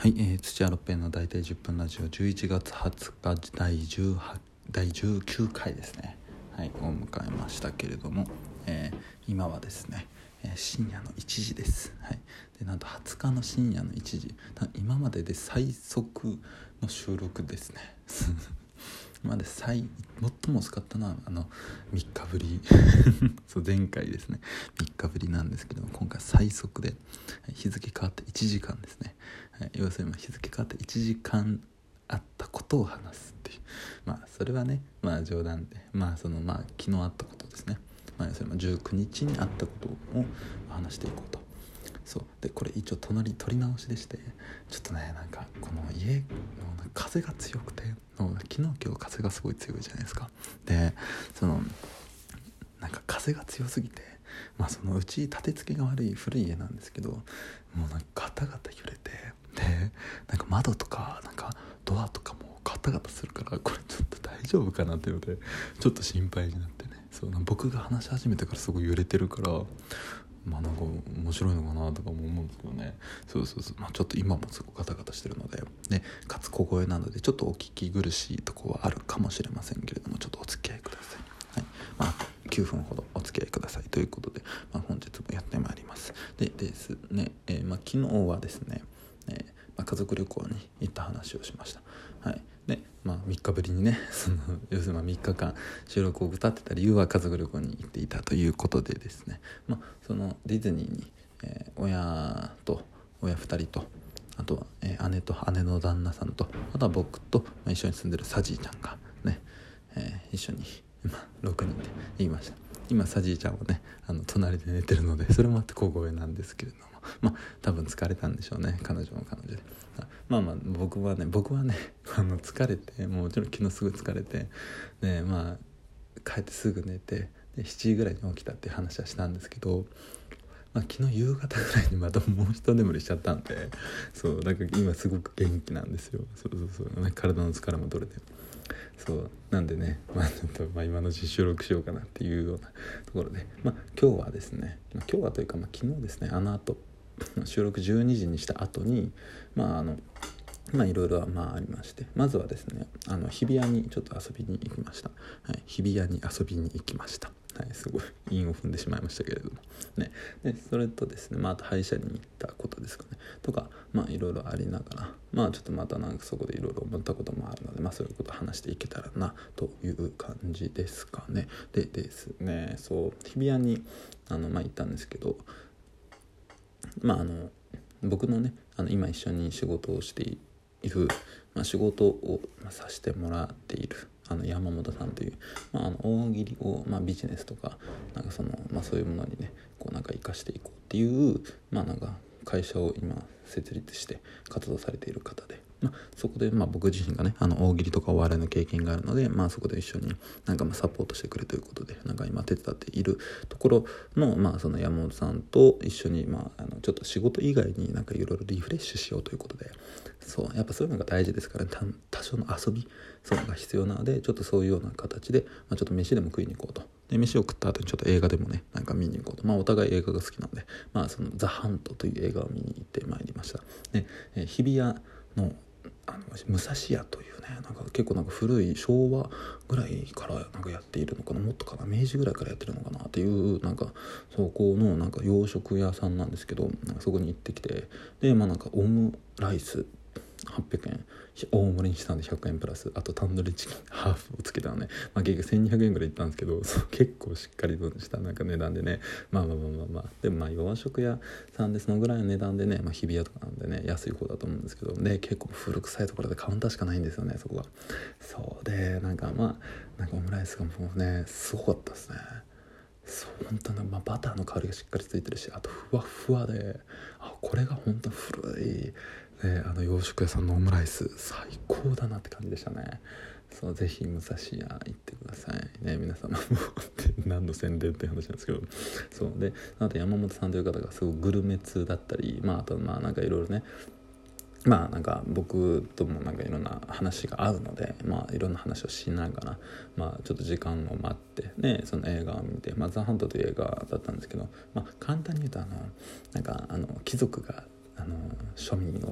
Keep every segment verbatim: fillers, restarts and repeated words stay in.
はい、えー、土屋六平の大体じゅっぷんラジオじゅういちがつはつかだいじゅうはちだいじゅうきゅうかいですね、はい、を迎えましたけれども、えー、今はですね、えー、深夜のいちじです、はい、でなんとはつかの深夜のいちじ、今までで最速の収録ですね今まで最最も遅かったのはあのみっかぶりそう前回ですねみっかぶりなんですけども、今回最速で日付変わっていちじかんですね、はい、要するに日付変わっていちじかんあったことを話すっていう、まあそれはねまあ冗談で、まあそのまあ昨日あったことですね、まあ要するにじゅうくにちにあったことを話していこうと。そうでこれ一応隣取り直しでして、ちょっとねなんかこの家の風が強くて、昨日今日風がすごい強いじゃないですか。でそのなんか風が強すぎて、まあそのうち立て付けが悪い古い家なんですけど、もうなんかガタガタ揺れて、でなんか窓とかなんかドアとかもガタガタするから、これちょっと大丈夫かなっていうのでちょっと心配になってね。そう僕が話し始めてからすごい揺れてるから、まあなんか面白いのかなとかも思うんですけどね。そうそうそう、まあ、ちょっと今もすごくガタガタしてるので、でかつ小声なのでちょっとお聞き苦しいところはあるかもしれませんけれども、ちょっとお付き合いください。はい、まあきゅうふんほどお付き合いくださいということで、まあ、本日もやってまいります。でですね、えー、まあ昨日はですね、えーまあ、家族旅行に行った話をしました。はい。でまあみっかぶりにね、その要するにまあみっかかん収録を歌ってた理由は家族旅行に行っていたということでですね、まあそのディズニーに、えー、親と親ふたりと、あとは、えー、姉と姉の旦那さんと、あとは僕と、まあ、一緒に住んでるサジーちゃんがね、えー、一緒に、まあ、ろくにんで言いました。今サジーちゃんはねあの隣で寝てるので、それもあって小声なんですけれども、まあ多分疲れたんでしょうね、彼女も彼女で。まあまあ僕はね僕はねあの疲れて、もちろん昨日すぐ疲れて、でまあ帰ってすぐ寝て、でしちじぐらいに起きたっていう話はしたんですけど、まあ、昨日夕方ぐらいにまたもう一眠りしちゃったんで、そうだから今すごく元気なんですよ。そうそうそう、ね、体の疲れも取れて、そうなんでね、まあちょっとまあ今のうち収録しようかなっていうようなところで、まあ今日はですね、まあ、今日はというか、まあ、昨日ですね、あの後収録じゅうにじにした後に、まああのまあいろいろまあありまして、まずはですね、あの日比谷にちょっと遊びに行きました。はい、日比谷に遊びに行きました。はい、すごい韻を踏んでしまいましたけれどもね。でそれとですね、まああと歯医者に行ったことですかねとか、まあいろいろありながら、まあちょっとまたなんかそこでいろいろ思ったこともあるので、まあそういうことを話していけたらなという感じですかね。でですね、そう日比谷にあのまあ行ったんですけど、まああの僕のねあの今一緒に仕事をしている、まあ、仕事をさせてもらっているあの山本さんという、まあ、あの大喜利を、まあ、ビジネスとかなんかその、まあ、そういうものにねこうなんか生かしていこうっていう、まあ、なんか会社を今設立して活動されている方で、まあ、そこでまあ僕自身がねあの大喜利とかお笑いの経験があるので、まあ、そこで一緒になんかまあサポートしてくれということで、なんか今手伝っているところの、まあ、その山本さんと一緒に、まあ、あのちょっと仕事以外になんかいろいろリフレッシュしようということで、そうやっぱそういうのが大事ですからね、多少の遊びそういうのが必要なので、ちょっとそういうような形で、まあ、ちょっと飯でも食いに行こうと。で飯を食った後にちょっと映画でもねなんか見に行こうと、まあお互い映画が好きなので、まあそのザ・ハントという映画を見に行ってまいりました。で、えー、日比谷のあの武蔵屋というね、なんか結構なんか古い昭和ぐらいからなんかやっているのかな、もっとかな、明治ぐらいからやってるのかなっていう、なんかそこのなんか洋食屋さんなんですけど、なんかそこに行ってきて、でまあなんかオムライスはっぴゃくえん大盛りにしたんでひゃくえんプラス、あとタンドリーチキンハーフをつけたのね、まあ、結局せんにひゃくえんぐらいいったんですけど、そう結構しっかりとしたなんか値段でね、まあまあまあまあまあでもまあ洋食屋さんでそのぐらいの値段でね、まあ、日比谷とかなんでね安い方だと思うんですけど、で結構古臭いところでカウンターしかないんですよね、そこが。そうでなんかまあなんかオムライスがもうねすごかったですね。そう本当に、まあ、バターの香りがしっかりついてるし、あとふわふわで、あこれが本当古い、ね、あの洋食屋さんのオムライス最高だなって感じでしたね。そうぜひ武蔵屋行ってくださいね皆様も何の宣伝って話なんですけど、そうであと山本さんという方がすごいグルメ通だったり、まああとまあなんかいろいろね、まあなんか僕ともなんかいろんな話が合うので、まあいろんな話をしながら、まあちょっと時間を待ってね、その映画を見て、まあザ・ハントという映画だったんですけど、まあ簡単に言うとあのなんかあの貴族があの庶民を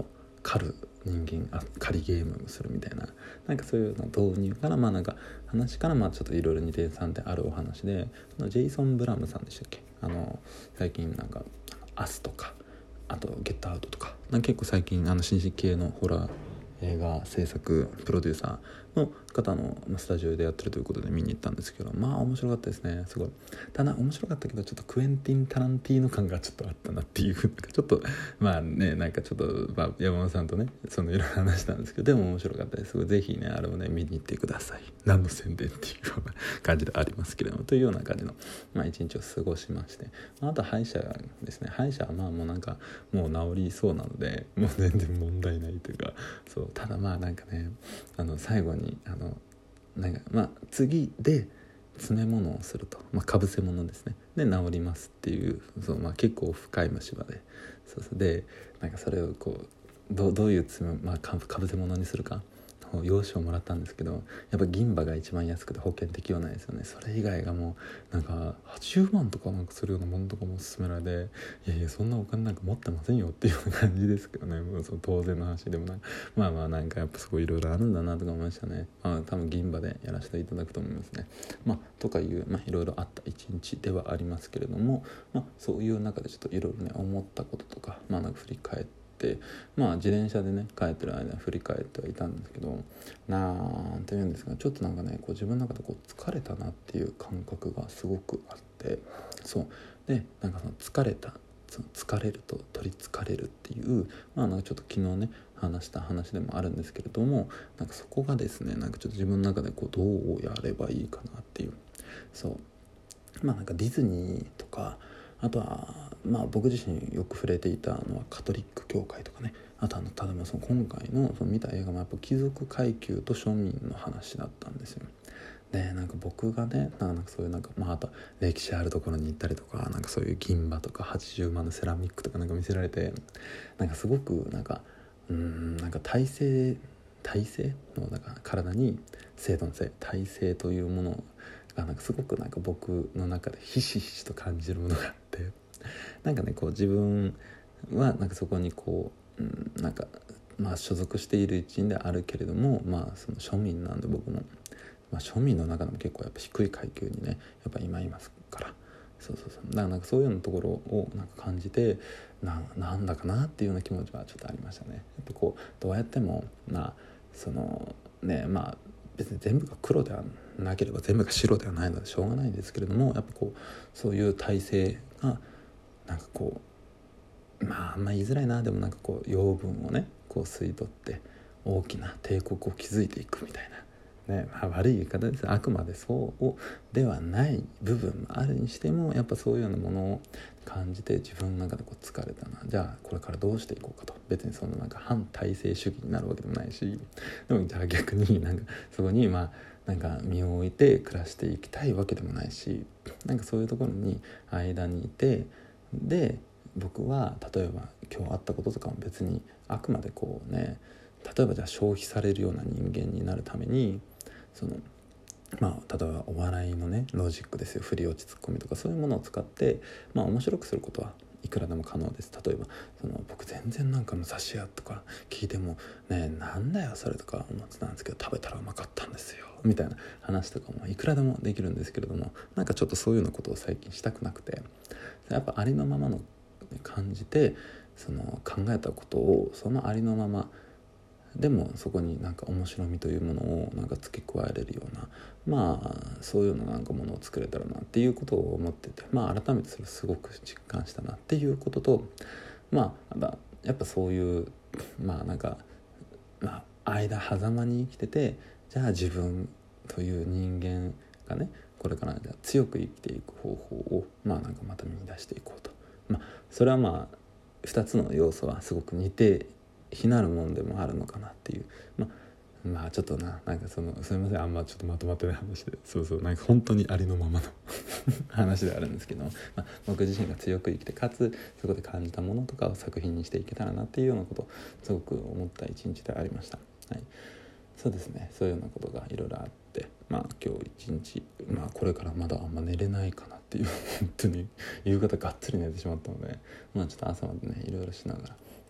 狩る人間あ狩りゲームをするみたいな、なんかそういうの導入からまあなんか話からまあちょっといろいろにてんさんてんあるお話で、ジェイソン・ブラムさんでしたっけ、あの最近なんかアスとかあとゲットアウトとか、なんか結構最近あの新進系のホラー映画制作プロデューサーの方のスタジオでやってるということで見に行ったんですけど、まあ面白かったですね。すごいただ面白かったけど、ちょっとクエンティン・タランティーノ感がちょっとあったなっていう、なんかちょっとまあね、なんかちょっと、まあ、山本さんとねそのいろいろ話したんですけど、でも面白かったです。ぜひねあれをね見に行ってください。何の宣伝っていうような感じでありますけれども、というような感じのまあ一日を過ごしまして、あと歯医者ですね。歯医者はまあもうなんかもう治りそうなので、もう全然問題ないというか、そう、ただまあなんかね、あの最後にあのなんかまあ次で詰め物をすると、まあ、かぶせ物ですね、で治りますっていう、そう、まあ、結構深い虫歯で、そうそうでなんかそれをこう ど, どういう詰め、まあ、か, かぶせ物にするか用紙をもらったんですけど、やっぱ銀歯が一番安くて保険適用ないですよね。それ以外がもうなんかはちじゅうまんとかなんかするようなものとかも勧められて、いやいやそんなお金なんか持ってませんよっていうような感じですけどね、もうその当然の話でもない、まあまあなんかやっぱすごいいろいろあるんだなとか思いましたね。まあ多分銀歯でやらせていただくと思いますね。まあとかいうまあいろいろあった一日ではありますけれども、まあそういう中でちょっといろいろね思ったこととか、まあなんか振り返ってまあ自転車でね帰ってる間振り返ってはいたんですけど、なんていうんですか、ちょっとなんかねこう自分の中でこう疲れたなっていう感覚がすごくあって、そうでなんかその疲れたその疲れると取りつかれるっていうまあなんかちょっと昨日ね話した話でもあるんですけれども、なんかそこがですねなんかちょっと自分の中でこうどうやればいいかなっていう、そうまあなんかディズニーとか、あとはまあ僕自身よく触れていたのはカトリック教会とかね、あとあのただその今回のその見た映画もやっぱ貴族階級と庶民の話だったんですよ。でなんか僕がねなんかそういうなんかまああと歴史あるところに行ったりとか、なんかそういう銀歯とかはちじゅうまんのセラミックとかなんか見せられて、なんかすごくなんかうーんなんか体制体制のなんか体に制度の性体制というものがなんかすごくなんか僕の中でひしひしと感じるものがあって、なんかねこう自分はなんかそこにこう、うん、なんかまあ所属している一員であるけれども、まあその庶民なんで僕も、まあ、庶民の中でも結構やっぱ低い階級にねやっぱ今いますから、そうそうそうだからなんかそういうようなところをなんか感じて な, なんだかなっていうような気持ちはちょっとありましたね。やっぱこうどうやってもまあそのねまあ別に全部が黒ではなければ全部が白ではないのでしょうがないんですけれども、やっぱこうそういう体制がなんかこうまああんま言いづらいな、でもなんかこう養分をねこう吸い取って大きな帝国を築いていくみたいなね、まあ、悪い言い方です。あくまでそうではない部分もあるにしても、やっぱそういうようなものを感じて自分の中でこう疲れたな、じゃあこれからどうしていこうかと。別にそのなんか反体制主義になるわけでもないし、でもじゃあ逆になんかそこにまあなんか身を置いて暮らしていきたいわけでもないし、なんかそういうところに間にいて、で僕は例えば今日あったこととかも別にあくまでこうね、例えばじゃあ消費されるような人間になるためにそのまあ例えばお笑いのねロジックですよ、振り落ちツッコミとかそういうものを使ってまあ面白くすることはいくらでも可能です。例えばその僕全然なんかの刺し屋とか聞いてもねなんだよそれとか思ってたんですけど、食べたらうまかったんですよみたいな話とかもいくらでもできるんですけれども、なんかちょっとそういうようなことを最近したくなくて、やっぱありのままの感じてその考えたことをそのありのままでもそこになんか面白みというものをなんか付け加えれるような、まあそういうようななんかものを作れたらなっていうことを思ってて、まあ改めてそれすごく実感したなっていうことと、まあやっぱそういうまあなんかまあ間狭間に生きてて、じゃあ自分という人間がねこれからじゃあ強く生きていく方法をまあなんかまた見出していこうと、まあそれはまあふたつの要素はすごく似て非なるもんでもあるのかなっていう、まあ、まあちょっとななんかそのすみませんあんまちょっとまとまってない話で、そうそうなんか本当にありのままの話ではあるんですけど、まあ、僕自身が強く生きてかつそこで感じたものとかを作品にしていけたらなっていうようなことをすごく思った一日でありました。はい、そうですね、そういうようなことがいろいろあって、まあ今日一日、まあこれからまだあんま寝れないかなっていう本当に夕方がっつり寝てしまったので、まあちょっと朝までねいろいろしながら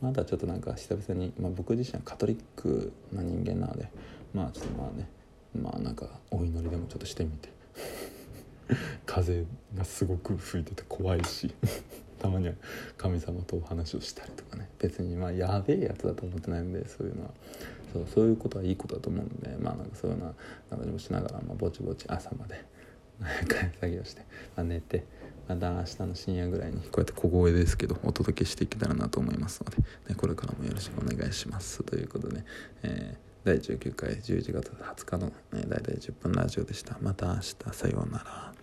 まだちょっとなんか久々に、まあ、僕自身はカトリックな人間なので、まあちょっとまあね、まあなんかお祈りでもちょっとしてみて風がすごく吹いてて怖いしたまには神様とお話をしたりとかね、別にまあやべえやつだと思ってないんで、そういうのはそうそういうことはいいことだと思うんで、まあなんかそういうのはなんかでもしながら、まあ、ぼちぼち朝まで作業して、まあ、寝て、また明日の深夜ぐらいにこうやって小声ですけどお届けしていけたらなと思いますので、ね、これからもよろしくお願いしますということで、えー、だいじゅうきゅうかいじゅういちがつはつかの、ね、だいたいじゅっぷんラジオでした。また明日、さようなら。